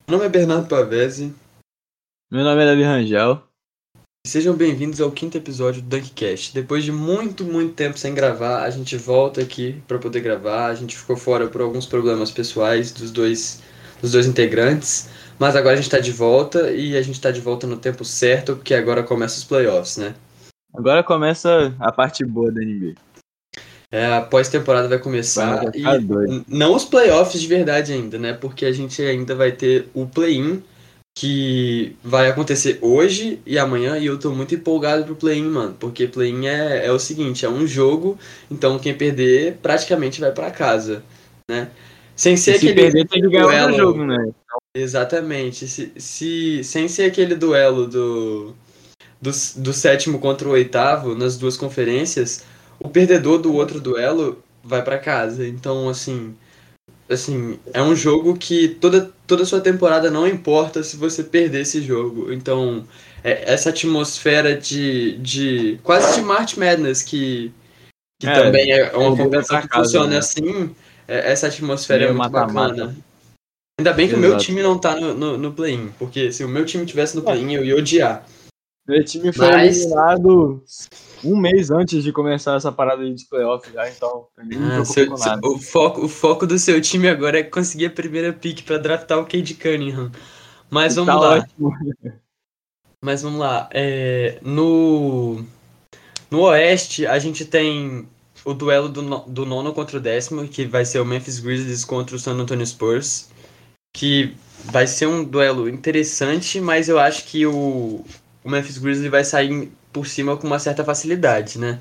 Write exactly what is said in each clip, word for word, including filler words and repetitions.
Meu nome é Bernardo Pavese Meu nome é Davi Rangel. e sejam bem-vindos ao quinto episódio do Dunkcast. Depois de muito, muito tempo sem gravar, a gente volta aqui para poder gravar. A gente ficou fora por alguns problemas pessoais dos dois, dos dois integrantes, mas agora a gente está de volta e a gente está de volta no tempo certo, porque agora começa os playoffs, né? Agora começa a parte boa da N B A. É, a pós-temporada vai Vai começar ficar e doido. n- não os playoffs de verdade ainda, né? Porque a gente ainda vai ter o play-in que vai acontecer hoje e amanhã e eu tô muito empolgado pro play-in, mano, porque play-in é, é o seguinte, é um jogo, então quem perder praticamente vai pra casa, né? Sem E ser se aquele perder, tem que ganhar outro duelo, jogo, né? exatamente, se, se, sem ser aquele duelo do, do, do sétimo contra o oitavo nas duas conferências, o perdedor do outro duelo vai pra casa, então assim assim, é um jogo que toda, toda a sua temporada não importa se você perder esse jogo. Então, é essa atmosfera de, de quase de March Madness, que, que É, também é uma perder vai competição pra que casa, funciona né? assim, é- essa atmosfera é Meio muito mata-mata. bacana. Ainda bem que o meu Exato. time não tá no, no, no play-in, porque se o meu time tivesse no play-in, eu ia odiar. Meu time foi Mas, eliminado um mês antes de começar essa parada de playoff já, então eu nem me ah, preocupo seu- com seu- nada. o, foco, o foco do seu time agora é conseguir a primeira pick pra draftar o Cade Cunningham. Mas E vamos tá lá. ótimo. Mas vamos lá. É, no, no Oeste, a gente tem o duelo do, no- do nono contra o décimo, que vai ser o Memphis Grizzlies contra o San Antonio Spurs. Que vai ser um duelo interessante, mas eu acho que o, o Memphis Grizzlies vai sair por cima com uma certa facilidade, né?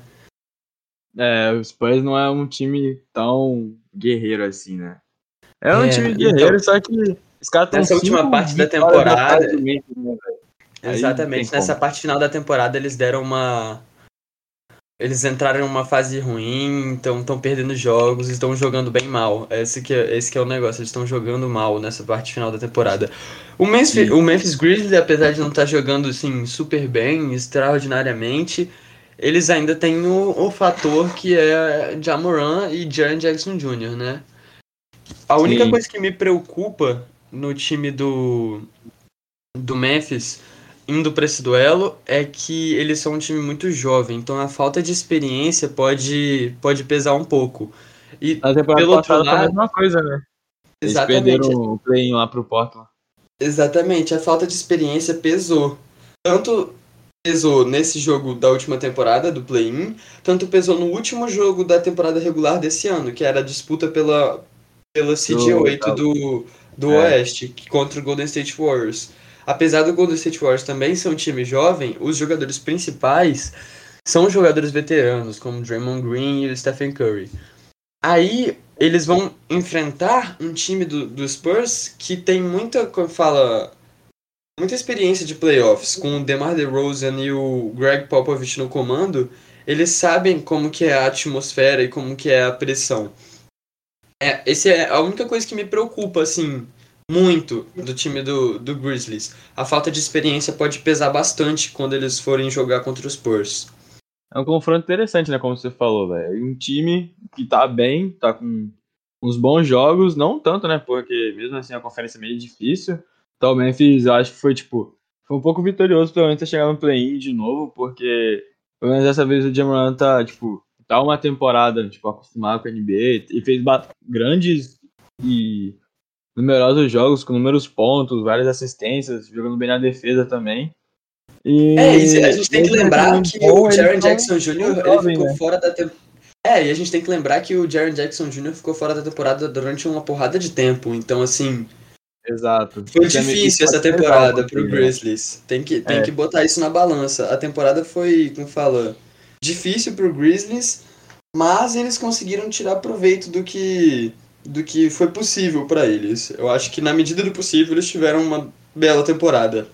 É, o Spurs não é um time tão guerreiro assim, né? É um É, time então, guerreiro, só que os caras estão nessa última cinco parte da vitórias atrás do temporada, Memphis, né, velho? Aí não tem exatamente, nessa como. parte final da temporada, eles deram uma. Eles entraram em uma fase ruim, então estão perdendo jogos, estão jogando bem mal. Esse que é, esse que é o negócio, eles estão jogando mal nessa parte final da temporada. O Memphis, Sim. o Memphis Grizzlies, apesar de não estar jogando assim super bem, extraordinariamente, eles ainda têm o, o fator que é Ja Morant e Jaren Jackson Júnior, né? A única Sim. coisa que me preocupa no time do, do Memphis indo para esse duelo é que eles são um time muito jovem, então a falta de experiência pode, pode pesar um pouco. E Na temporada pelo outro passada foi a lado, mesma coisa, né? Eles perderam exatamente, o play-in lá pro Portland. exatamente, a falta de experiência pesou. Tanto pesou nesse jogo da última temporada do play-in, tanto pesou no último jogo da temporada regular desse ano, que era a disputa pela pela seed Do, oito da, do, do é, Oeste, que- contra o Golden State Warriors. Apesar do Golden State Warriors também ser um time jovem, os jogadores principais são jogadores veteranos, como Draymond Green e o Stephen Curry. Aí eles vão enfrentar um time do, do Spurs que tem muita, como fala, muita experiência de playoffs, com o DeMar DeRozan e o Greg Popovich no comando. Eles sabem como que é a atmosfera e como que é a pressão. É, esse é a única coisa que me preocupa, assim, muito do time do, do Grizzlies. A falta de experiência pode pesar bastante quando eles forem jogar contra os Spurs. é um confronto interessante, né? Como você falou, velho. Um time que tá bem, tá com uns bons jogos, não tanto, né? Porque mesmo assim a conferência é meio difícil. Então o Memphis, eu acho que foi, tipo, foi um pouco vitorioso pelo menos ter chegado no play-in de novo, porque pelo menos dessa vez o Jamoran tá, tipo, tá uma temporada, tipo, acostumado com a N B A e fez ba- grandes e numerosos jogos com números pontos, várias assistências, jogando bem na defesa também. É, e a E gente tem que mesmo nesse lembrar momento que o bom, eles Jaren estão Jackson Júnior ele jovens, ficou né? fora da temporada. É, e a gente tem que lembrar que o Jaren Jackson Júnior ficou fora da temporada durante uma porrada de tempo. Então, assim, Exato. foi Isso, é, me- isso difícil essa pode pesar um temporada pro pouquinho, né? Grizzlies. Tem que, tem que É, botar isso na balança. A temporada foi, como fala, difícil pro Grizzlies, mas eles conseguiram tirar proveito do que do que foi possível para eles. Eu acho que na medida do possível eles tiveram uma bela temporada.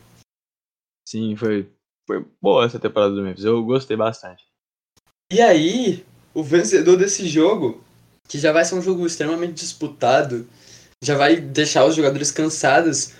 sim, foi, foi boa essa temporada do Memphis. Eu gostei bastante. E aí, o vencedor desse jogo, que já vai ser um jogo extremamente disputado, já vai deixar os jogadores cansados,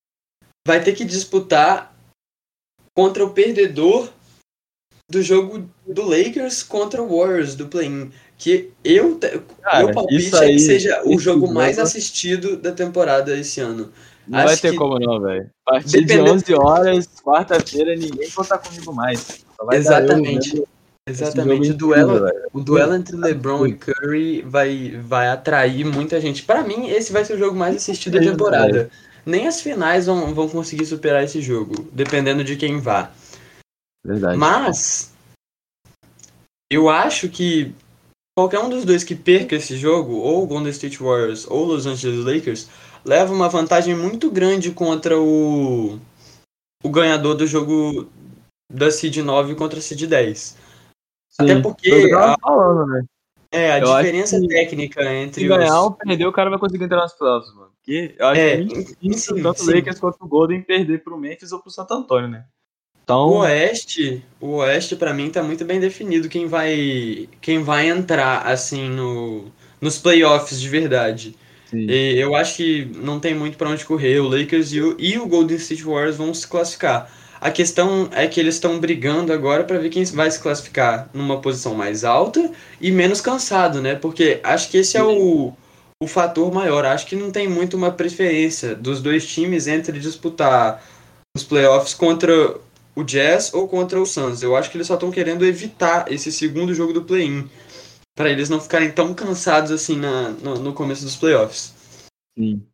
vai ter que disputar contra o perdedor do jogo do Lakers contra o Warriors do play-in, que eu meu Cara, isso palpite é que aí, seja o esse jogo mais jogo, assistido da temporada esse ano. Não Acho vai ter que, como não, velho. A partir de dependendo. onze horas, quarta-feira, ninguém conta comigo mais. Só vai dar eu Exatamente. vendo esse jogo Exatamente. O incrível, duelo, velho. o duelo Absurdo, entre LeBron e absurdo. Curry vai, vai atrair muita gente. Pra mim, esse vai ser o jogo mais assistido da Mesmo, né, velho? temporada. Nem as finais vão, vão conseguir superar esse jogo, dependendo de quem vá. Verdade. Mas, eu acho que qualquer um dos dois que perca esse jogo, ou o Golden State Warriors ou Los Angeles Lakers, leva uma vantagem muito grande contra o, o ganhador do jogo da Seed nove contra a Seed dez. Até Sim, foi o que eu porque tava a, falando, né? é, a Eu acho diferença que técnica se entre ganhar os. ou perder, o cara vai conseguir entrar nos playoffs, mano. Porque eu acho É, muito em- difícil sim, tanto o sim. Lakers quanto o Golden perder pro Memphis ou pro Santo Antônio, né? O Então, Oeste, o Oeste para mim tá muito bem definido quem vai quem vai entrar assim no nos playoffs de verdade. sim. E eu acho que não tem muito para onde correr. O Lakers e o, e o Golden State Warriors vão se classificar. A questão é que eles estão brigando agora para ver quem vai se classificar numa posição mais alta e menos cansado, né? Porque acho que esse é o, o fator maior. Acho que não tem muito uma preferência dos dois times entre disputar os playoffs contra o Jazz ou contra o Suns. Eu acho que eles só estão querendo evitar esse segundo jogo do play-in, para eles não ficarem tão cansados assim na, no, no começo dos playoffs. Sim.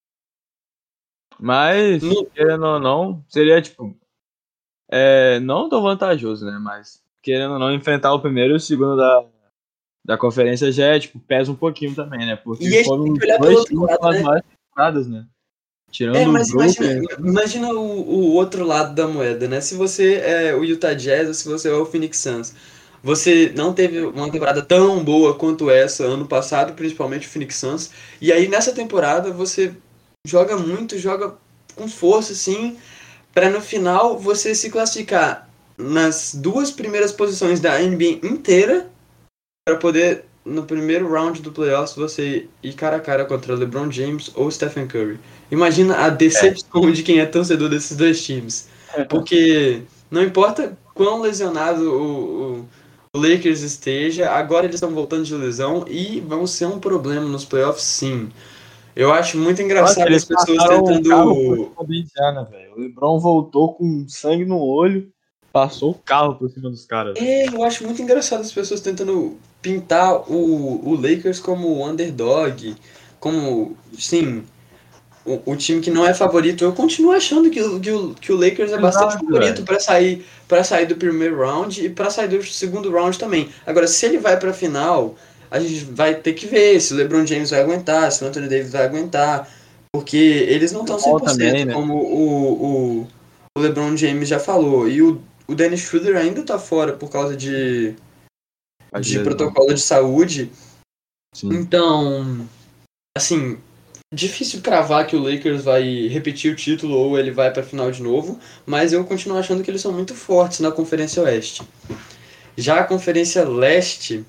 Mas, No- querendo ou não, seria tipo. É, não tão vantajoso, né? Mas, querendo ou não, enfrentar o primeiro e o segundo da, da conferência já é, tipo, pesa um pouquinho também, né? e Porque a gente tem foram que olhar pelo dois outro times lado, com as né? maiores temporadas, né? É, Tirando o mas imagina, Brooklyn. imagina o, o outro lado da moeda, né? Se você é o Utah Jazz ou se você é o Phoenix Suns. Você não teve uma temporada tão boa quanto essa ano passado, principalmente o Phoenix Suns. E aí nessa temporada você joga muito, joga com força, assim, para no final você se classificar nas duas primeiras posições da N B A inteira para poder no primeiro round do playoffs você ir cara a cara contra LeBron James ou Stephen Curry. Imagina a É. decepção de quem é torcedor desses dois times, porque não importa quão lesionado o, o, o Lakers esteja, agora eles estão voltando de lesão e vão ser um problema nos playoffs, sim. Eu acho muito Nossa, engraçado as eles pessoas passaram o carro por tentando. cima do Indiana, velho. O LeBron voltou com sangue no olho, passou o carro por cima dos caras, velho. É, eu acho muito engraçado as pessoas tentando pintar o, o Lakers como o underdog, como, sim, o, o time que não é favorito. Eu continuo achando que, o- que, o, que o Lakers é bastante Exato, favorito velho. para sair para sair do primeiro round e para sair do segundo round também. Agora, se ele vai para a final, a gente vai ter que ver se o LeBron James vai aguentar, se o Anthony Davis vai aguentar, porque eles não estão cem Bom por cento também, né? como o, o, o LeBron James já falou. E o, o Dennis Schroeder ainda tá fora por causa de, Faz de lesão. protocolo de saúde. Sim. Então, assim, difícil cravar que o Lakers vai repetir o título ou ele vai pra final de novo, mas eu continuo achando que eles são muito fortes na Conferência Oeste. Já a Conferência Leste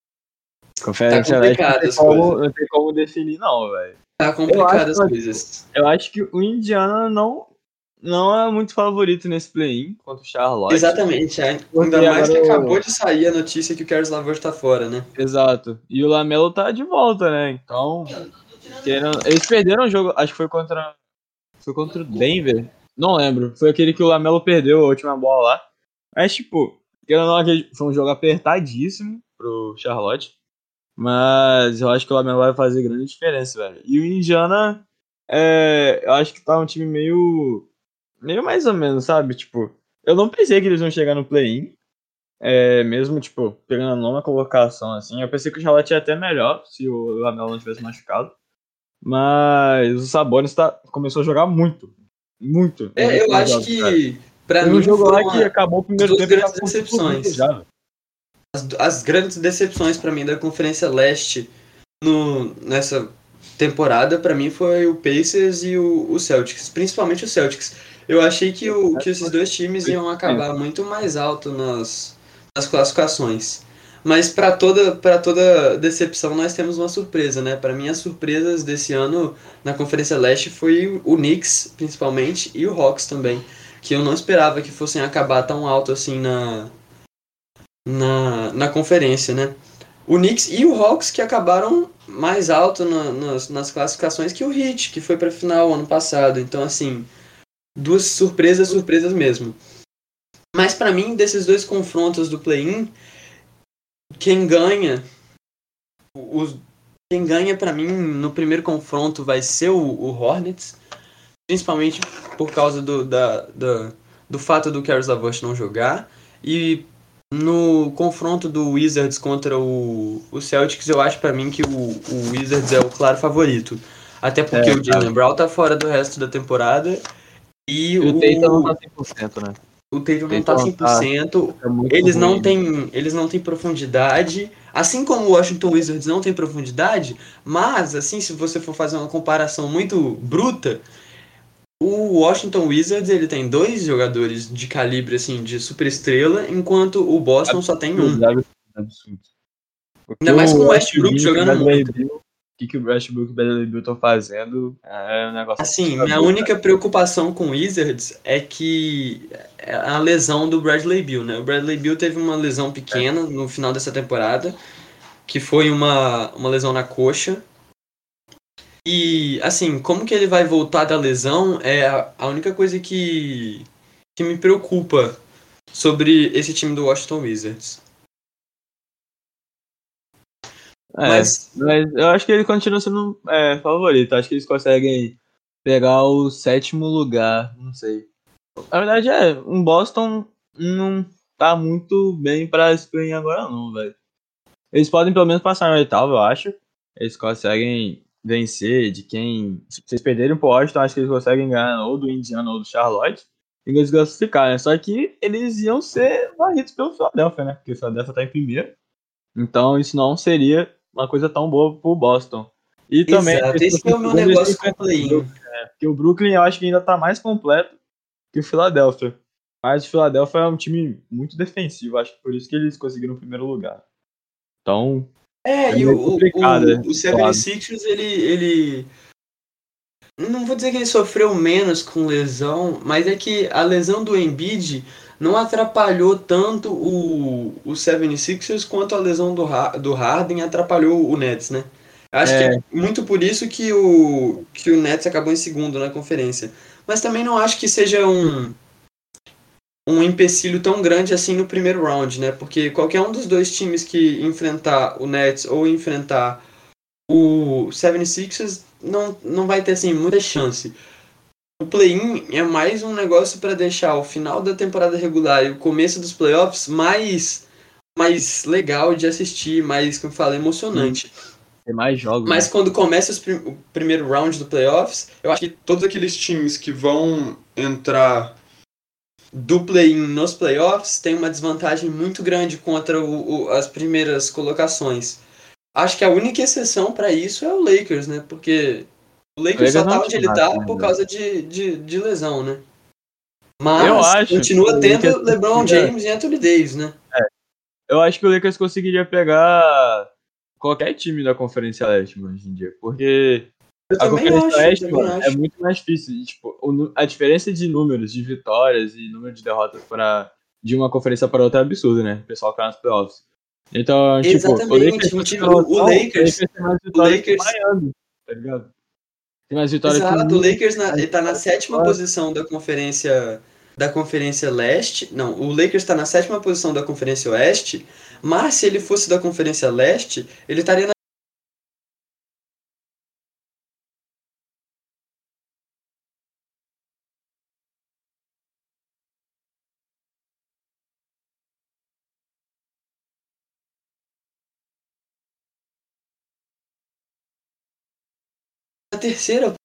tá Conferência Leste não complicada tem as como, coisas. não tem como definir, não, velho. Tá Eu acho, complicada as que- coisas. eu acho que o Indiana não, não é muito favorito nesse play-in contra o Charlotte. Exatamente, ainda Porque mais agora que acabou o... de sair a notícia que o Caris LeVert tá fora, né? Exato. E o Lamelo tá de volta, né? Então, querendo... eles perderam o jogo, acho que foi contra. Foi contra o Denver. Não lembro. Foi aquele que o Lamelo perdeu a última bola lá. Mas, tipo, querendo ou não, aquele- foi um jogo apertadíssimo pro Charlotte. Mas eu acho que o Lamelo vai fazer grande diferença, velho. E o Indiana, é, eu acho que tá um time meio. Meio mais ou menos, sabe? Tipo, eu não pensei que eles iam chegar no play-in. É, mesmo, tipo, pegando a nona colocação, assim. Eu pensei que o Charlotte ia até melhor se o Lamelo não tivesse machucado. Mas o Sabonis tá, começou a jogar muito. Muito nos É, eu últimos acho jogos, cara. que, pra Teve um mim, jogo lá foram que a- acabou o as primeiro duas tempo e grandes tava com triplo duplo decepções. já, velho. As, as grandes decepções pra mim da Conferência Leste no, nessa temporada, pra mim, foi o Pacers e o, o Celtics, principalmente o Celtics. Eu achei que, o, que esses dois times iam acabar muito mais alto nas, nas classificações. Mas para toda, para toda decepção nós temos uma surpresa, né? Para mim as surpresas desse ano na Conferência Leste foi o Knicks, principalmente, e o Hawks também, que eu não esperava que fossem acabar tão alto assim na, na, na conferência, né? O Knicks e o Hawks que acabaram mais alto na, nas, nas classificações que o Heat, que foi pra final ano passado. Então, assim, duas surpresas, surpresas mesmo. Mas pra mim, desses dois confrontos do play-in, quem ganha, os, quem ganha pra mim no primeiro confronto vai ser o, o Hornets, principalmente por causa do, da, da, do fato do Caris LeVert não jogar. E no confronto do Wizards contra o, o Celtics, eu acho pra mim que o, o Wizards é o claro favorito. Até porque É, o Jaylen Brown tá fora do resto da temporada e e o Tatum não o, tá cem por cento, né? o Tatum O não tá Tatum cem por tá, cento. tá muito Eles não ruim. têm, eles não têm profundidade, assim como o Washington Wizards não tem profundidade, mas assim, se você for fazer uma comparação muito bruta, o Washington Wizards ele tem dois jogadores de calibre assim de superestrela, enquanto o Boston só tem um. Absurdo, absurdo, absurdo. O que Ainda mais o com o Westbrook Westbrook, jogando Bradley muito. Beal, o que, que o Westbrook e Bradley Beal estão fazendo é um negócio Assim, minha assustador, única cara. preocupação com o Wizards é que é a lesão do Bradley Beal, né? O Bradley Beal teve uma lesão pequena no final dessa temporada, que foi uma, uma lesão na coxa. E, assim, como que ele vai voltar da lesão é a, a única coisa que, que me preocupa sobre esse time do Washington Wizards. É, Mas, mas eu acho que ele continua sendo é, favorito. Acho que eles conseguem pegar o sétimo lugar, não sei. Na verdade é, um Boston não tá muito bem pra esse play agora não, velho. Eles podem pelo menos passar no oitavo, eu acho. Eles conseguem vencer de quem. Se vocês perderem pro Washington, acho que eles conseguem ganhar ou do Indiana ou do Charlotte. E eles classificar, né? Só que eles iam ser varridos pelo Philadelphia, né? Porque o Philadelphia tá em primeiro. Então isso não seria uma coisa tão boa pro Boston. E também exato, eles esse que fossem é em o meu segundo, eles iam negócio com o enfrentar o play-in. Brooklyn, né? Porque o Brooklyn eu acho que ainda tá mais completo que o Philadelphia. Mas o Philadelphia é um time muito defensivo, acho que por isso que eles conseguiram o primeiro lugar. Então, É, é e meio o, complicado o, o esse lado. setenta e seis ers, ele, ele. Não vou dizer que ele sofreu menos com lesão, mas é que a lesão do Embiid não atrapalhou tanto o, o setenta e seis ers quanto a lesão do, Ha- do Harden atrapalhou o Nets, né? Acho que é É, muito por isso que o, que o Nets acabou em segundo na conferência. Mas também não acho que seja um, um empecilho tão grande assim no primeiro round, né? Porque qualquer um dos dois times que enfrentar o Nets ou enfrentar o setenta e seis ers não, não vai ter assim muita chance. O play-in é mais um negócio para deixar o final da temporada regular e o começo dos playoffs mais mais legal de assistir, mais, como eu falei, sim, emocionante. tem mais jogos, Mas né? quando começa os prim- o primeiro round do playoffs, eu acho que todos aqueles times que vão entrar do play-in nos playoffs têm uma desvantagem muito grande contra o, o- as primeiras colocações. Acho que a única exceção para isso é o Lakers, né? Porque o O Lakers Lakers só não tá onde tinha ele nada, tá por né? causa de, de, de lesão, né? Eu Mas acho que continua o Lakers tendo LeBron conseguiria, James e Anthony Davis, né? eu acho que o Lakers conseguiria pegar qualquer time da Conferência Leste, mano, hoje em dia. Porque Eu a também Conferência acho, eu Leste, também mano, é acho. muito mais difícil. E, tipo, o nu- a diferença de números, de vitórias e número de derrotas para de uma conferência para outra é absurda, né? O pessoal que tá nas playoffs. Então, tipo, o Lakers, Exatamente. Um pra você time, ter o, o noção, o Lakers, Lakers tem mais o vitórias que o Lakers, Miami, tá ligado? Tem mais vitórias que o exato, o Knicks, Lakers na, mais ele tá na vitórias que o sétima Bucks. posição da conferência da conferência leste. Não, o Lakers está na sétima posição da conferência oeste, mas se ele fosse da conferência leste, ele estaria na terceira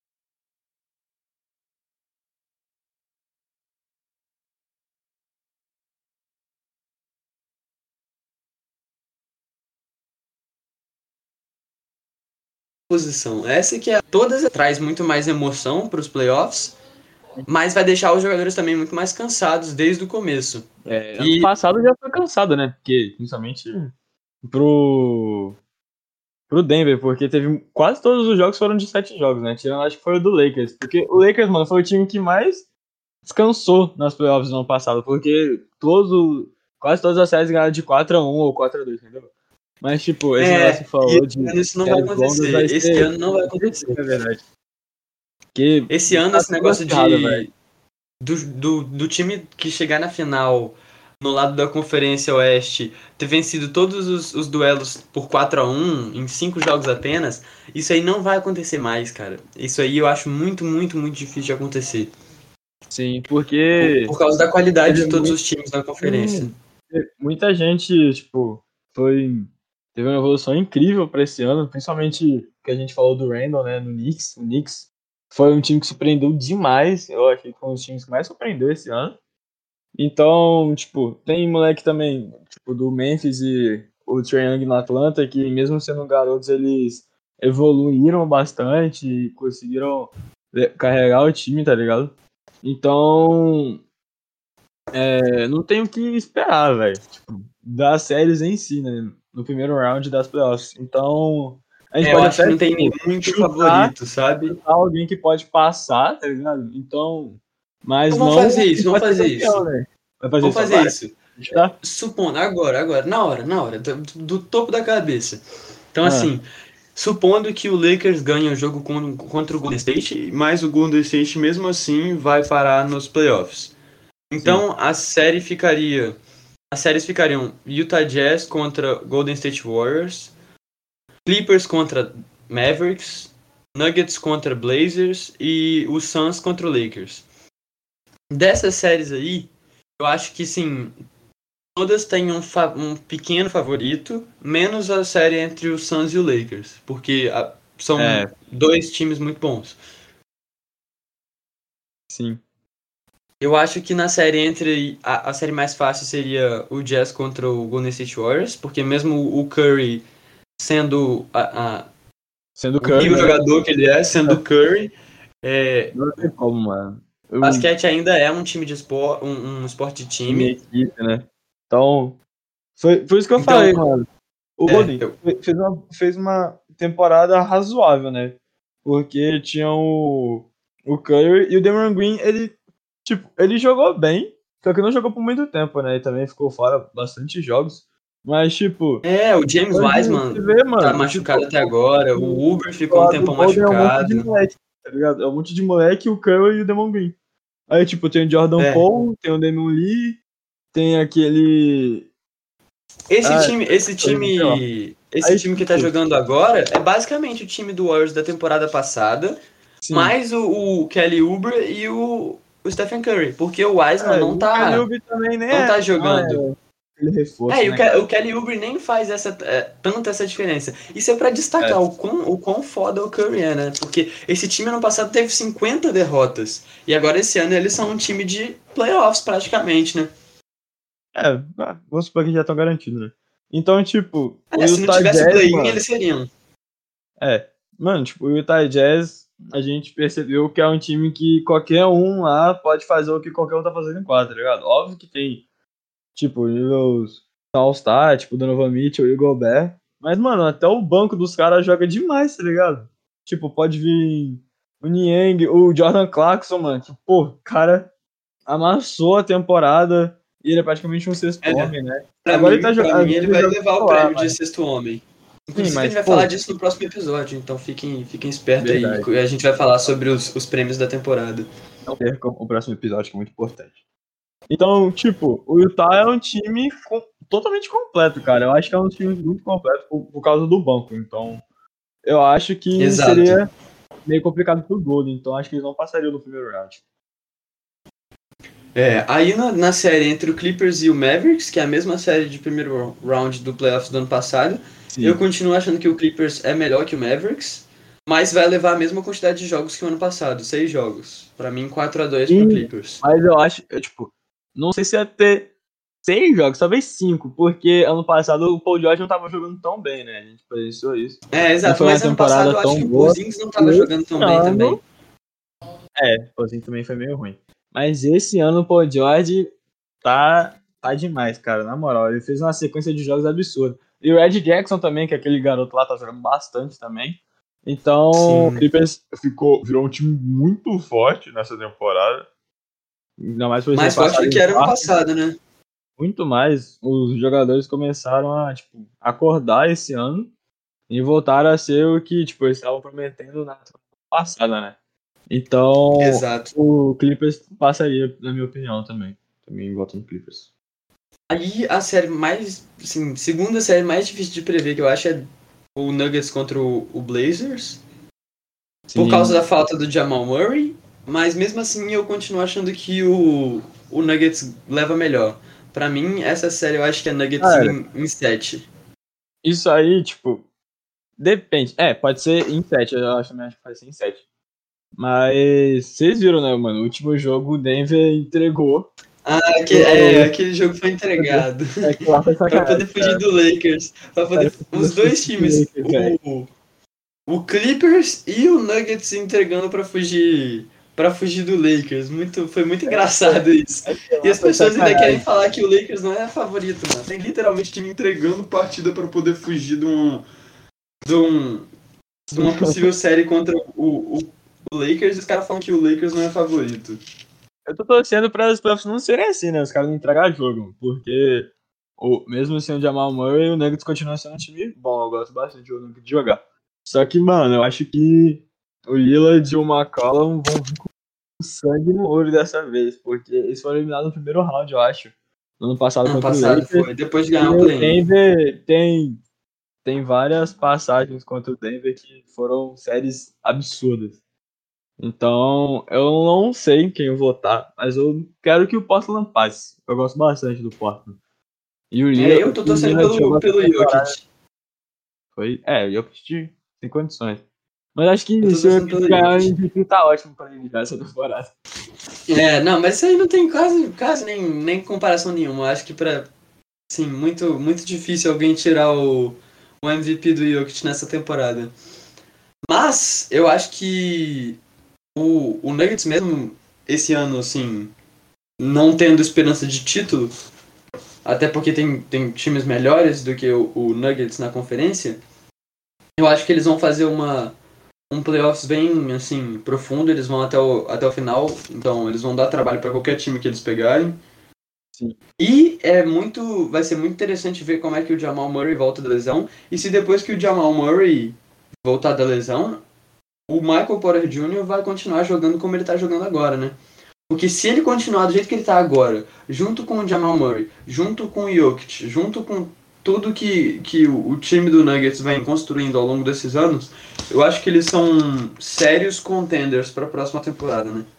posição. Essa que é todas traz muito mais emoção para os playoffs, mas vai deixar os jogadores também muito mais cansados desde o começo. É, ano E passado já foi cansado, né? Porque, principalmente pro, pro Denver, porque teve quase todos os jogos foram de sete jogos, né? Tirando, acho que foi o do Lakers. Porque o Lakers, mano, foi o time que mais descansou nas playoffs no ano passado, porque todo, quase todas as séries ganharam de quatro a um ou quatro a dois, entendeu? Mas, tipo, esse É, negócio que você falou e de esse ano isso não vai séries longas vai acontecer. Esse ser. ano não vai acontecer. É verdade. Porque Esse ano, tá esse tudo negócio acirrado, velho. de do, do, do time que chegar na final no lado da Conferência Oeste ter vencido todos os, os duelos por quatro a um em cinco jogos apenas, isso aí não vai acontecer mais, cara. Isso aí eu acho muito, muito, muito difícil de acontecer. Sim, Por, porque por causa da qualidade teve de todos muito. os times na conferência. Hum, muita gente, tipo, foi. Teve uma evolução incrível pra esse ano, principalmente que a gente falou do Randall, né, no Knicks. O Knicks foi um time que surpreendeu demais. Eu achei que foi um dos times que mais surpreendeu esse ano. Então, tipo, tem moleque também, tipo, do Memphis e o Trae Young no Atlanta, que mesmo sendo garotos, eles evoluíram bastante e conseguiram le- carregar o time, tá ligado? Então, é, não tem o que esperar, velho. Tipo, das séries em si, né? No primeiro round das playoffs. Então, a gente É, eu pode acho que até, não tem tipo, nem muito chutar, favorito, sabe? chutar alguém que pode passar, tá ligado? Então, mas Então vamos não fazer que isso, vamos pode ser fazer campeão, isso. né? Vai fazer Vamos isso fazer agora? isso. Tá? Supondo, agora, agora, na hora, na hora, do, do topo da cabeça. Então, Ah, assim, supondo que o Lakers ganhe o jogo con- contra o Golden State, mas o Golden State mesmo assim vai parar nos playoffs. sim. Então a série ficaria, as séries ficariam Utah Jazz contra Golden State Warriors, Clippers contra Mavericks, Nuggets contra Blazers e os Suns contra o Lakers. Dessas séries aí, eu acho que sim, todas têm um, fa- um pequeno favorito, menos a série entre o Suns e o Lakers, porque ah, são É, dois times muito bons. sim. Eu acho que na série entre a, a série mais fácil seria o Jazz contra o Golden State Warriors, porque mesmo o Curry sendo a, a- Sendo o Curry, nível né? jogador que ele é, sendo o Curry, é, Não tem como, mano. Eu, basquete ainda é um time de esporte, um, um esporte de minha time. equipe, né? Então, foi, foi isso que eu falei, Então, mano. O é, Golden eu, fe- fez uma, fez uma temporada razoável, né? Porque tinha o, o Curry e o Draymond Green, ele, tipo, ele jogou bem, só que não jogou por muito tempo, né? Ele também ficou fora bastante jogos. Mas, tipo, é, o James foi de se Wiseman ver, tá mano, tipo, machucado até agora, o, o Uber o ficou um lado do tempão Golden é um monte de machucado. moleque, tá ligado? É um monte de moleque, o Curry e o Draymond Green. Aí, tipo, tem o Jordan É, Poole, tem o Damian Lee, tem aquele. esse Ah, time, esse sei lá. time, esse Aí, time que tá tipo, jogando agora é basicamente o time do Warriors da temporada passada, sim. mais o, o Kelly Oubre e o, o Stephen Curry, porque o Wiseman É, não o Kelly tá, Oubre também nem não é, tá não jogando. é aquele É, reforço, e o, né, Ke- cara? o Kelly Oubre nem faz essa, é, tanta essa diferença. Isso é pra É, destacar o quão, o quão foda o Curry é, né? Porque esse time ano passado teve cinquenta derrotas, e agora esse ano eles são um time de playoffs praticamente, né? é, ah, vamos supor que já estão garantidos, né? Então, tipo, o É, se não Utah tivesse o Jazz, play-in, mano, eles seriam. é, mano, tipo, o Utah Jazz, a gente percebeu que é um time que qualquer um lá pode fazer o que qualquer um tá fazendo em quadra, tá ligado? Óbvio que tem, tipo, os All-Star, tipo, Donovan Mitchell e o Gobert, mas, mano, até o banco dos caras joga demais, tá ligado? Tipo, pode vir o Niang, o Jordan Clarkson, mano, que, pô, cara amassou a temporada e ele é praticamente um sexto É, homem, né? pra Agora ele tá mim, pra jogando, às mim vezes ele ele vai joga levar o titular, prêmio de mas sexto homem. sim, Inclusive, a mas gente vai falar pô, disso no próximo episódio, então fiquem, fiquem espertos aí. verdade. A gente vai falar sobre os, os prêmios da temporada. Não percam o próximo episódio que é muito importante. Então, tipo, o Utah é um time com- totalmente completo, cara. Eu acho que é um time muito completo por, por causa do banco. Então, eu acho que Exato. seria meio complicado pro Golden. Então, acho que eles não passariam no primeiro round. É, aí na, na série entre o Clippers e o Mavericks, que é a mesma série de primeiro round do playoffs do ano passado, eu Sim. continuo achando que o Clippers é melhor que o Mavericks, mas vai levar a mesma quantidade de jogos que o ano passado, seis jogos. Pra mim, quatro a dois pro Sim, Clippers. mas eu acho, eu, tipo, não sei se ia ter seis jogos, talvez cinco, porque ano passado o Paul George não tava jogando tão bem, né? A gente presenciou isso. É, Não exato, foi uma mas ano passado temporada eu acho que tão o boa. Porzingis não E tava jogando esse tão bem também. ano, é, o assim também foi meio ruim. Mas esse ano o Paul George tá, tá demais, cara, na moral. Ele fez uma sequência de jogos absurda. E o Red Jackson também, que é aquele garoto lá, tá jogando bastante também. Então, o Sim. Clippers ficou, virou um time muito forte nessa temporada. Ainda mais por eles terem Mais forte passado do que em era ano quarto. passado, né? muito mais, os jogadores começaram a, tipo, acordar esse ano e voltaram a ser o que, tipo, eles estavam prometendo na temporada passada, né? Então, Exato. o Clippers passaria, na minha opinião, também. Também voto no Clippers. Aí a série mais, assim, segunda série mais difícil de prever que eu acho é o Nuggets contra o, o Blazers, por Sim. causa da falta do Jamal Murray, mas mesmo assim eu continuo achando que o, o Nuggets leva melhor. Pra mim, essa série eu acho que é Nuggets Cara, em, em sete. isso aí, tipo, depende. É, pode ser em sete, eu acho também acho que pode ser em sete. Mas vocês viram, né, mano? O último jogo o Denver entregou. Ah, aque- é, O- aquele jogo foi entregado. É que lá foi Pra poder sacanagem, fugir cara. do Lakers. Pra poder, Cara, que os você dois assistiu o times, Lakers, velho. o, o Clippers e o Nuggets se entregando pra fugir para fugir do Lakers. Muito, foi muito engraçado isso. É que E lá as foi pessoas ainda querem sacanagem. falar que o Lakers não é favorito, mano. Tem literalmente time entregando partida pra poder fugir de um de, um, de uma possível série contra o, o, o Lakers e os caras falam que o Lakers não é favorito. Eu tô torcendo para os playoffs não serem assim, né? Os caras não entregar jogo. Porque, o, mesmo sem o Jamal Murray, o Nuggets continua sendo um time bom. Eu gosto bastante de de jogar. Só que, mano, eu acho que o Lillard e o McCollum vão vir com sangue no olho dessa vez. Porque eles foram eliminados no primeiro round, eu acho. No ano passado Ano contra o passado Lakers. foi, depois de E ganhar o o play-in. Denver tem, tem várias passagens contra o Denver que foram séries absurdas. Então, eu não sei em quem eu votar, mas eu quero que o Portland passe. Eu gosto bastante do Portland. E o É, Lillard, eu tô o torcendo Lillard pelo, jogou essa pelo temporada. Jokic. Foi, é, o Jokic tem condições. Mas acho Eu que tô se o torcendo Jokic pelo ganhar o Jokic. M V P tá ótimo pra ele já essa temporada. É, não, mas isso aí não tem quase, quase nem, nem comparação nenhuma. Eu acho que pra, sim, muito, muito difícil alguém tirar o, o M V P do Jokic nessa temporada. Mas eu acho que o, o Nuggets mesmo esse ano, assim, não tendo esperança de título, até porque tem, tem times melhores do que o, o Nuggets na conferência, eu acho que eles vão fazer uma um playoffs bem assim profundo, eles vão até o, até o final, então eles vão dar trabalho para qualquer time que eles pegarem. Sim. E é muito, vai ser muito interessante ver como é que o Jamal Murray volta da lesão e se depois que o Jamal Murray voltar da lesão, o Michael Porter Júnior vai continuar jogando como ele tá jogando agora, né? Porque se ele continuar do jeito que ele tá agora, junto com o Jamal Murray, junto com o Jokic, junto com tudo que, que o, o time do Nuggets vem construindo ao longo desses anos, eu acho que eles são sérios contenders para a próxima temporada, né?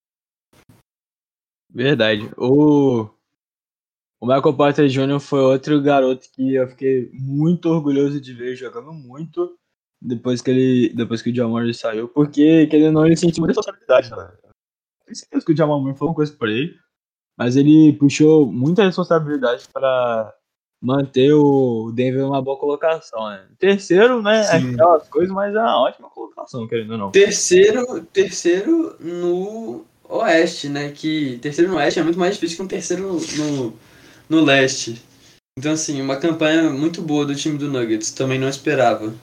Verdade. O, o Michael Porter Júnior foi outro garoto que eu fiquei muito orgulhoso de ver jogando muito depois que ele, depois que o Jamal Murray saiu, porque querendo ou não ele sentiu muita responsabilidade, né? Tenho certeza que o Jamal Murray foi uma coisa por ele, mas ele puxou muita responsabilidade para manter o Denver numa boa colocação, né? Terceiro, né, é Sim. aquelas coisas, mas é uma ótima colocação, querendo ou não. Terceiro, terceiro no Oeste, né? Que terceiro no Oeste é muito mais difícil que um terceiro no, no, no Leste. Então, assim, uma campanha muito boa do time do Nuggets. Também não esperava.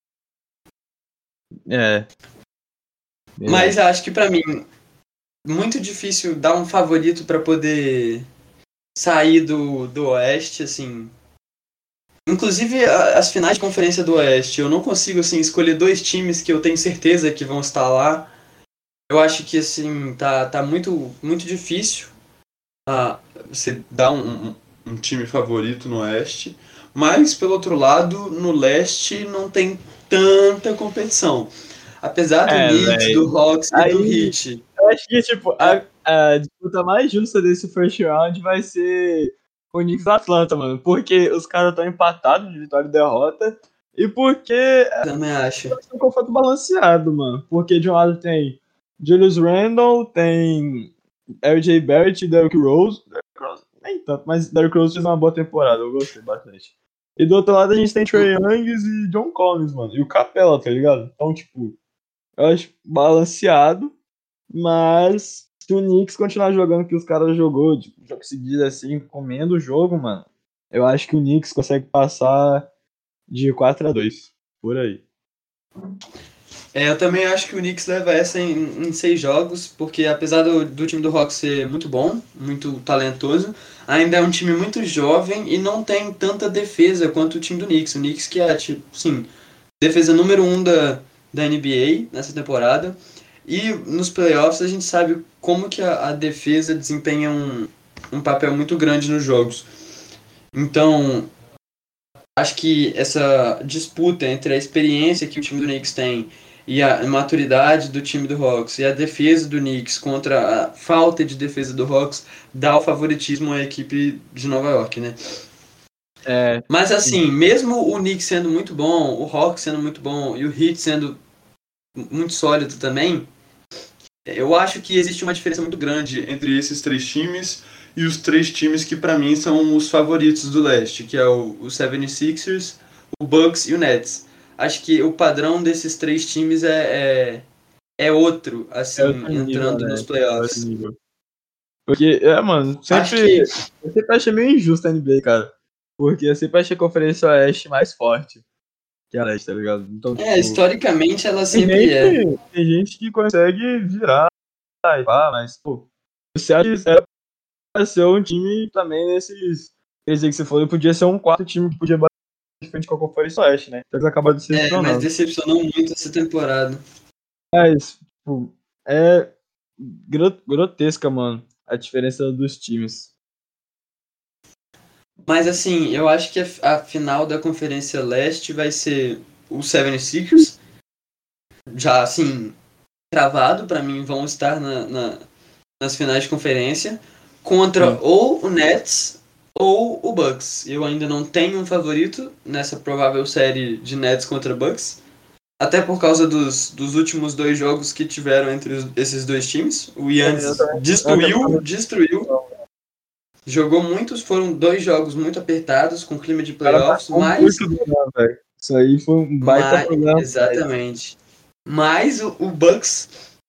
É, Mas verdade. acho que pra mim, muito difícil dar um favorito pra poder sair do, do Oeste, assim. Inclusive, a- as finais de conferência do Oeste, eu não consigo, assim, escolher dois times que eu tenho certeza que vão estar lá. Eu acho que, assim, tá, tá muito, muito difícil ah, você dar um, um, um time favorito no Oeste. Mas, pelo outro lado, no Leste não tem tanta competição. Apesar do É, Knicks, velho. do Hawks e do Aí, Heat. eu acho que, tipo, É, a, a disputa mais justa desse first round vai ser o Knicks do Atlanta, mano. Porque os caras estão empatados de vitória e derrota. E porque também acho. é um confronto balanceado, mano. Porque de um lado tem Julius Randle, tem R J Barrett e Derrick Rose. Derrick Rose nem tanto, mas Derrick Rose fez uma boa temporada, eu gostei bastante. E do outro lado a gente tem Trae Youngs e John Collins, mano. E o Capela, tá ligado? Então, tipo, eu acho balanceado, mas se o Knicks continuar jogando o que os caras jogou, tipo, jogo seguido assim, comendo o jogo, mano, eu acho que o Knicks consegue passar de quatro a dois por aí. É, eu também acho que o Knicks leva essa em, em seis jogos, porque apesar do, do time do Hawks ser muito bom, muito talentoso, ainda é um time muito jovem e não tem tanta defesa quanto o time do Knicks. O Knicks que é, tipo, sim, defesa número um da, da N B A nessa temporada. E nos playoffs a gente sabe como que a, a defesa desempenha um, um papel muito grande nos jogos. Então, acho que essa disputa entre a experiência que o time do Knicks tem e a maturidade do time do Hawks e a defesa do Knicks contra a falta de defesa do Hawks dá o favoritismo à equipe de Nova York, né? É, Mas assim, mesmo o Knicks sendo muito bom, o Hawks sendo muito bom e o Heat sendo muito sólido também, eu acho que existe uma diferença muito grande entre esses três times e os três times que pra mim são os favoritos do leste, que é o, o setenta e seis ers, o Bucks e o Nets. Acho que o padrão desses três times é, é, é outro, é assim, outro nível, entrando nos né? É outro playoffs. nível. Porque, é, mano, Acho sempre. que, Eu sempre achei meio injusto a N B A, cara. Porque eu sempre achei a Conferência Oeste mais forte que a Leste, tá ligado? Então, é, tipo, historicamente ela tem sempre é. gente, tem gente que consegue virar e pá, mas, pô, você acha que era pra ser um time também nesses. Quer dizer que você falou, podia ser um quarto time que podia bater de frente com a Conferência Oeste, né? Então eles acabaram É, mas decepcionando. decepcionou muito essa temporada. Mas, tipo, é gro- grotesca, mano, a diferença dos times. Mas assim, eu acho que a, a final da Conferência Leste vai ser o setenta e seis ers, já assim, travado, pra mim vão estar na, na- nas finais de conferência, contra Sim. ou o Nets ou o Bucks. Eu ainda não tenho um favorito nessa provável série de Nets contra Bucks, até por causa dos, dos últimos dois jogos que tiveram entre os- esses dois times. O É, eu Yannis também, eu também tô destruiu, nessa destruiu, posição. jogou muitos, foram dois jogos muito apertados, com clima de O cara playoffs, marcou mas, muito do Duran, velho. Isso aí foi um baita mas problema pro Nets. exatamente. Mas o, o Bucks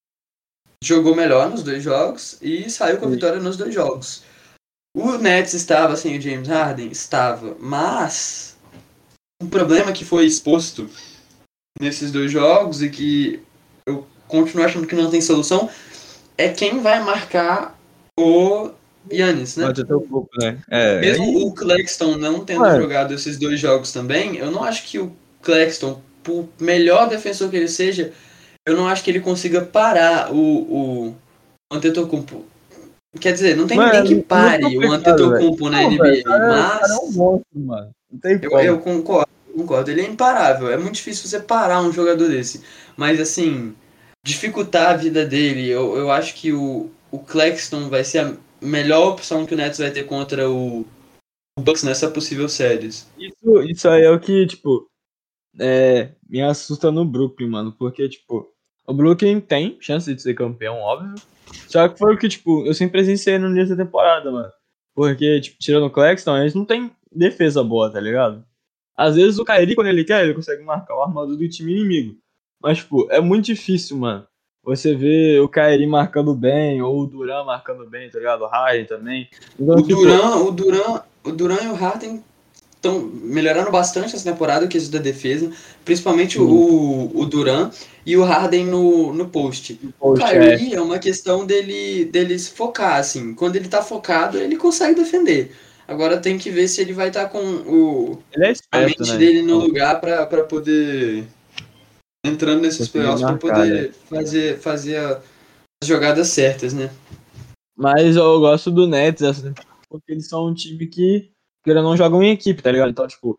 jogou melhor nos dois jogos e saiu com a Sim. vitória nos dois jogos. O Nets estava sem o James Harden? Estava, mas um problema que foi exposto nesses dois jogos e que eu continuo achando que não tem solução é quem vai marcar o Yannis, né? Bate até o pouco, né? É, Mesmo aí, o Claxton não tendo ué, jogado esses dois jogos também, eu não acho que o Claxton, por melhor defensor que ele seja, eu não acho que ele consiga parar o, o Antetokounmpo. Quer dizer, não tem ninguém que mano, é muito pare o complicado, velho. Antetokounmpo na Não, velho, o N B A, cara, o cara é um mas monstro, mano. Não tem eu, eu como. concordo, concordo, ele é imparável. É muito difícil você parar um jogador desse. Mas assim, dificultar a vida dele, eu, eu acho que o, o Claxton vai ser a melhor opção que o Nets vai ter contra o, o Bucks nessa possível séries. Isso, isso aí é o que, tipo, é, me assusta no Brooklyn, mano. Porque, tipo, o Brooklyn tem chance de ser campeão, óbvio. Só que foi o que, tipo, eu sempre presenciei no início da temporada, mano. Porque, tipo, tirando o Claxton, eles não tem defesa boa, tá ligado? Às vezes o Kyrie, quando ele quer, ele consegue marcar o armador do time inimigo. Mas, tipo, é muito difícil, mano. Você vê o Kyrie marcando bem, ou o Duran marcando bem, tá ligado? O Harden também. Então, O tipo, Duran, o Duran, o Duran e o Harden estão melhorando bastante essa temporada, o quesito da defesa, principalmente sim, o, o Duran e o Harden no, no post. o O post é. Kyrie é uma questão dele, dele se focar, assim. Quando ele tá focado, ele consegue defender. Agora tem que ver se ele vai estar com o, Ele é a esperto, mente né? dele no Então, lugar para poder entrando nesses conseguir playoffs para marcar, né? poder fazer, fazer a- as jogadas certas, né? Mas eu gosto do Nets essa temporada, porque eles são um time que, que eles não jogam em equipe, tá ligado? Então, tipo,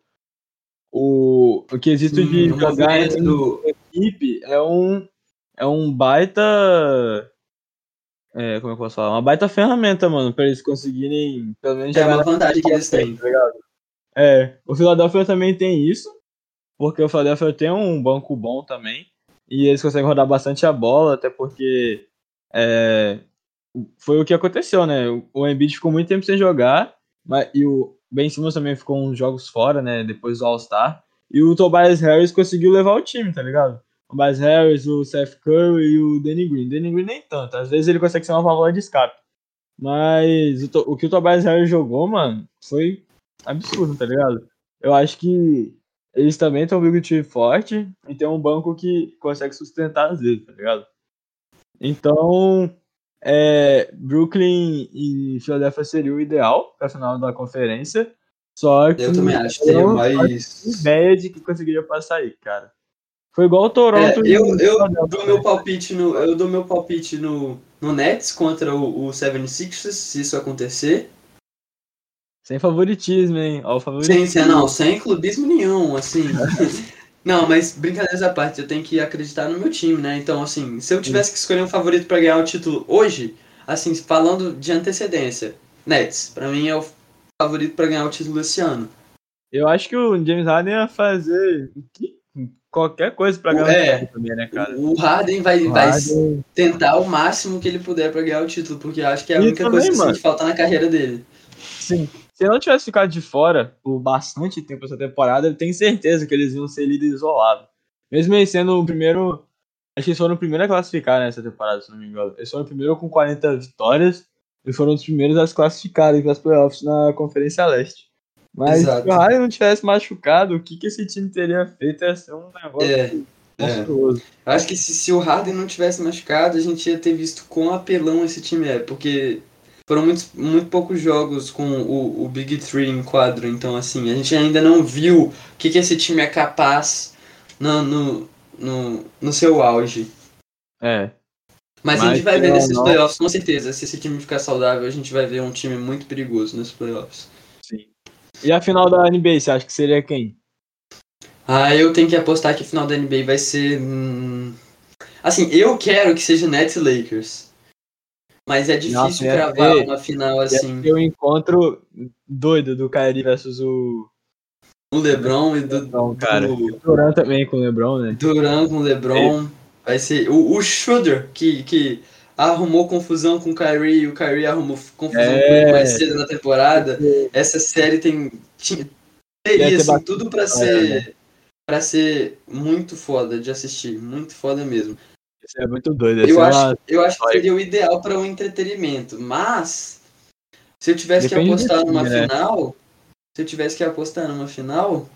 o, o quesito Sim, de o jogar movimento em do. equipe é um, é um baita. É, como é que eu posso falar? Uma baita ferramenta, mano, pra eles conseguirem, pelo menos, É chegar uma na vantagem que eles frente, têm. tá ligado? É, o Philadelphia também tem isso, porque o Philadelphia tem um banco bom também, e eles conseguem rodar bastante a bola, até porque é, foi o que aconteceu, né? O o Embiid ficou muito tempo sem jogar, mas, e o Ben Simmons também ficou uns jogos fora, né? Depois do All-Star. E o Tobias Harris conseguiu levar o time, tá ligado? O Tobias Harris, o Seth Curry e o Danny Green. Danny Green nem tanto, às vezes ele consegue ser uma válvula de escape. Mas o, To- o que o Tobias Harris jogou, mano, foi absurdo, tá ligado? Eu acho que eles também têm um big tree forte e tem um banco que consegue sustentar às vezes, tá ligado? Então, é, Brooklyn e Philadelphia seria o ideal pra final da conferência, só que Eu também acho que eu seria o não faço mais. ideia de que conseguiria passar aí, cara. Foi igual o É, Toronto eu, e eu dou Philadelphia, meu né? palpite no, eu dou meu palpite no, no Nets contra o, o setenta e seis ers, se isso acontecer. Sem favoritismo, hein? Ó, o Sem, sem, favoritismo. não, sem clubismo nenhum, assim. Não, mas brincadeiras à parte, eu tenho que acreditar no meu time, né? Então, assim, se eu tivesse que escolher um favorito pra ganhar o título hoje, assim, falando de antecedência, Nets, pra mim é o favorito pra ganhar o título esse ano. Eu acho que o James Harden ia fazer que- qualquer coisa pra O- ganhar o título É, também, né, cara? o Harden vai, O vai Harden. tentar o máximo que ele puder pra ganhar o título, porque eu acho que é a E única coisa também, que, assim, mano, que falta na carreira dele. sim. Se não tivesse ficado de fora por bastante tempo essa temporada, eu tenho certeza que eles iam ser líder isolado. Mesmo eles sendo o primeiro. Acho que eles foram o primeiro a classificar nessa temporada, se não me engano. Eles foram o primeiro com quarenta vitórias e foram os primeiros a se classificarem para as playoffs na Conferência Leste. Mas se o Exato. Harden não tivesse machucado, o que, que esse time teria feito ia ser um negócio É, é. monstruoso. Eu acho que se, se o Harden não tivesse machucado, a gente ia ter visto quão apelão esse time é, porque foram muito, muito poucos jogos com o, o Big Three em quadro, então assim, a gente ainda não viu o que, que esse time é capaz no, no, no, no seu auge. É, Mas a gente mas vai ver querendo ou nesses não, playoffs, com certeza. Se esse time ficar saudável, a gente vai ver um time muito perigoso nesses playoffs. sim. E a final da N B A, você acha que seria quem? Ah, eu tenho que apostar que a final da N B A vai ser. hum, Assim, eu quero que seja Nets e Lakers. Mas é Nossa, difícil ia cravar ser, uma final ia assim. ser um encontro doido do Kyrie versus o O LeBron e do, LeBron, cara. E o do Durant também com o LeBron, né? Durant com o E- LeBron. Vai ser o, o Schroeder, que, que arrumou confusão com o Kyrie e o Kyrie arrumou confusão com ele mais É, cedo na temporada. Essa série tem, tinha- ia teria ter assim, bastante tudo pra história, né? ser, para ser muito foda de assistir. Muito foda mesmo. Isso é muito doido, ia Eu ser acho, uma eu acho que história. seria o ideal para o entretenimento. Mas, se eu tivesse que Depende do apostar numa time, né? final. Se eu tivesse que apostar numa final.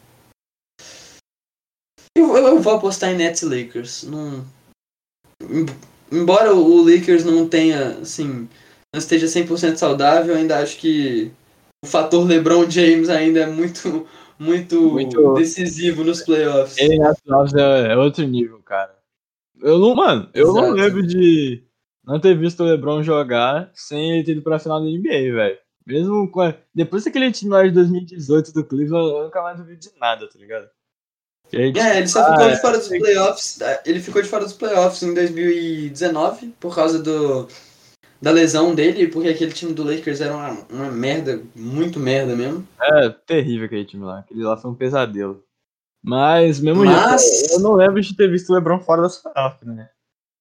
Eu, eu, eu vou apostar em Nets e Lakers. Não, em- embora o Lakers não tenha, assim, não esteja cem por cento saudável, eu ainda acho que o fator LeBron James ainda é muito, muito Muito. decisivo nos playoffs. Ele nas playoffs é, é outro nível, cara. Eu não, mano, eu não Exato. lembro de não ter visto o LeBron jogar sem ele ter ido pra final da N B A, velho. Mesmo com a- depois daquele time lá de dois mil e dezoito do Cleveland, eu nunca mais ouvi de nada, tá ligado? Que a gente, É, ele só ficou ah, de fora dos playoffs. Ele ficou de fora dos playoffs em dois mil e dezenove por causa do, da lesão dele, porque aquele time do Lakers era uma, uma merda, muito merda mesmo. é terrível aquele time lá. Aquele lá foi um pesadelo. Mas, mesmo jeito, eu Mas não lembro de ter visto o LeBron fora das playoffs, né?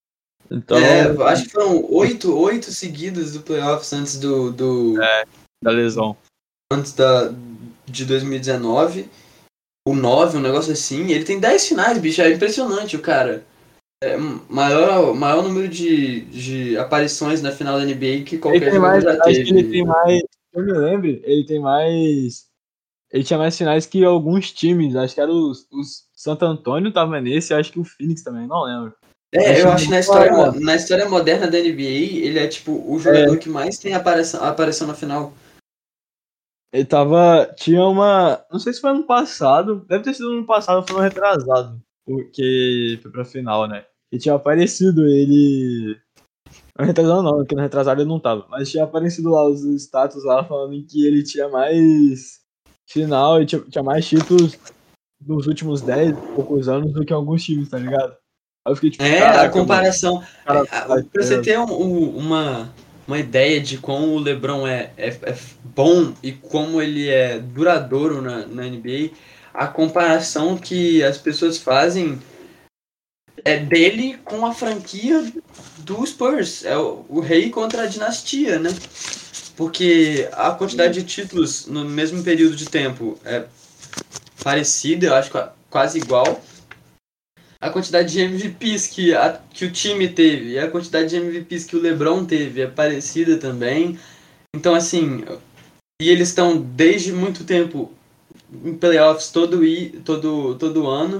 É, Então, acho que foram oito, oito seguidas do playoffs antes do, do é, da lesão. antes da de dois mil e dezenove, ou nove, um negócio assim. Ele tem dez finais, bicho, é impressionante o cara. É maior, maior número de, de aparições na final da N B A que Ele qualquer tem jogador mais, já acho que ele teve. tem mais, eu me lembro, ele tem mais, ele tinha mais finais que alguns times, acho que era os, os Santo Antônio tava nesse, acho que o Phoenix também, não lembro. É, Mas eu tinha acho que na história, mo- uma, na história moderna da N B A, ele é tipo o jogador é, que mais tem aparição, aparição na final. ele tava, tinha uma, não sei se foi ano passado, deve ter sido ano passado, foi ano retrasado, porque foi pra final, né? E tinha aparecido ele. No retrasado não, porque no retrasado ele não tava. Mas tinha aparecido lá os status lá falando em que ele tinha mais final e tinha, tinha mais títulos nos últimos dez poucos anos do que alguns times, tá ligado? Aí eu fiquei tipo, É, a caraca, mano. comparação. Cara, É, a- tá pra você certo. ter um- um- uma, uma ideia de como o LeBron é, é, é bom e como ele é duradouro na, na N B A, a comparação que as pessoas fazem é dele com a franquia do Spurs. É o, o rei contra a dinastia, né? Porque a quantidade de títulos no mesmo período de tempo é parecida, eu acho que quase igual. A quantidade de M V Ps que, a, que o time teve e a quantidade de M V Ps que o LeBron teve é parecida também. Então, assim, e eles estão desde muito tempo em playoffs todo, i- todo, todo ano.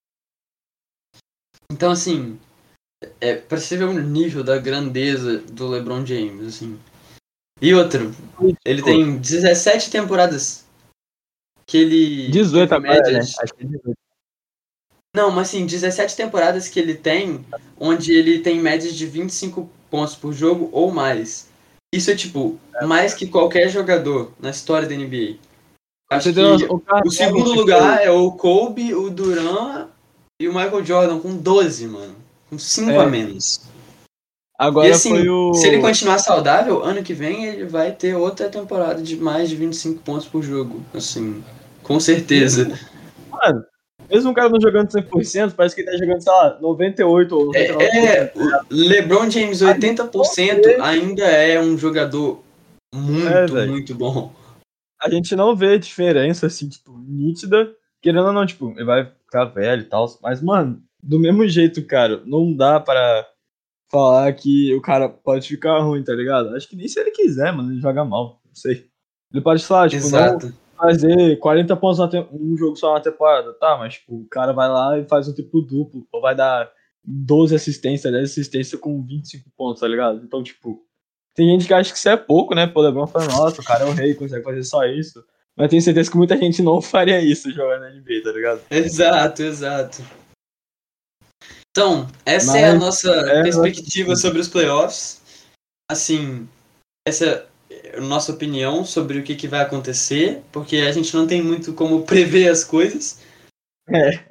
Então, assim, é pra você ver o nível da grandeza do LeBron James, assim. E outro, ele Tipo, tem dezessete temporadas que ele dezoito teve agora, né? médias. Acho que é dezoito. Não, mas assim, dezessete temporadas que ele tem, onde ele tem médias de vinte e cinco pontos por jogo ou mais. Isso é tipo, mais que qualquer jogador na história da N B A. Pra você Acho ter noção, que o o Carmelo, segundo que foi. lugar é o Kobe, o Durant e o Michael Jordan com doze, mano. Com cinco a É, menos. E agora foi assim, se ele o. continuar saudável, ano que vem ele vai ter outra temporada de mais de vinte e cinco pontos por jogo. Assim, com certeza. Mano, mesmo o cara não jogando cem por cento, parece que ele tá jogando, sei lá, noventa e oito ou noventa e nove por É, cento. é, o LeBron James, A gente oitenta por não cento vê, ainda é um jogador é, muito, velho. muito bom. A gente não vê diferença, assim, tipo, nítida. Querendo ou não, tipo, ele vai ficar velho e tal. Mas, mano, do mesmo jeito, cara, não dá para falar que o cara pode ficar ruim, tá ligado? Acho que nem se ele quiser, mano, ele joga mal. Não sei. Ele pode falar, tipo, não Exato. fazer quarenta pontos na te- um jogo só na temporada, tá? Mas, tipo, o cara vai lá e faz um triplo duplo. Ou vai dar doze assistências, dez assistências com vinte e cinco pontos, tá ligado? Então, tipo, tem gente que acha que isso é pouco, né? Pô, o LeBron fala, nossa, o cara é o rei, consegue fazer só isso. Mas tenho certeza que muita gente não faria isso jogando na N B A, tá ligado? Exato, exato. Então, essa é a Mas, nossa é, perspectiva sobre os playoffs. Assim, essa é a nossa opinião sobre o que, que vai acontecer, porque a gente não tem muito como prever as coisas. é,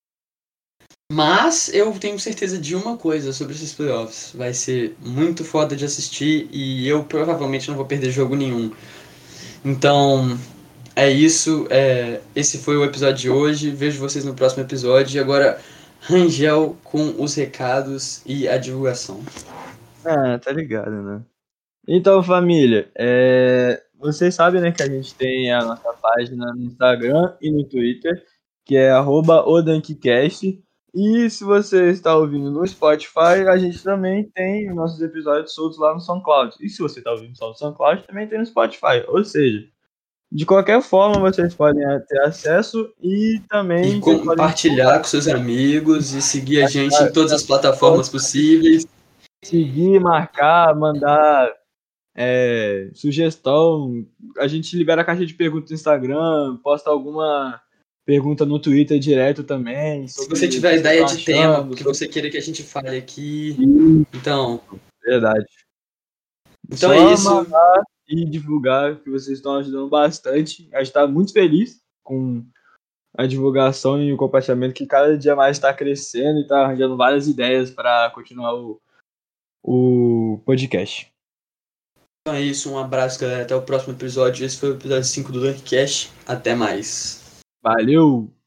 Mas eu tenho certeza de uma coisa sobre esses playoffs. Vai ser muito foda de assistir e eu provavelmente não vou perder jogo nenhum. Então, é isso. É, esse foi o episódio de hoje. Vejo vocês no próximo episódio. E agora, Rangel com os recados e a divulgação. ah, tá ligado, né? Então, família, é, vocês sabem, né, que a gente tem a nossa página no Instagram e no Twitter, que é arroba odankcast. E se você está ouvindo no Spotify, a gente também tem nossos episódios soltos lá no SoundCloud. E se você está ouvindo só no SoundCloud, também tem no Spotify. Ou seja, de qualquer forma, vocês podem ter acesso e E também vocês podem compartilhar com seus amigos e seguir a gente em todas as plataformas possíveis. seguir, marcar, mandar é, sugestão. A gente libera a caixa de perguntas no Instagram, posta alguma pergunta no Twitter direto também Se você sobre o que tiver vocês ideia estão de tema achando. que Sobre... você queira que a gente fale aqui, então, Verdade. então é Só isso. mandar e divulgar, que vocês estão ajudando bastante. A gente está muito feliz com a divulgação e o compartilhamento, que cada dia mais está crescendo e está arranjando várias ideias para continuar o, o podcast. Então é isso, um abraço, galera. Até o próximo episódio. Esse foi o episódio cinco do Dunkcast. Até mais. Valeu!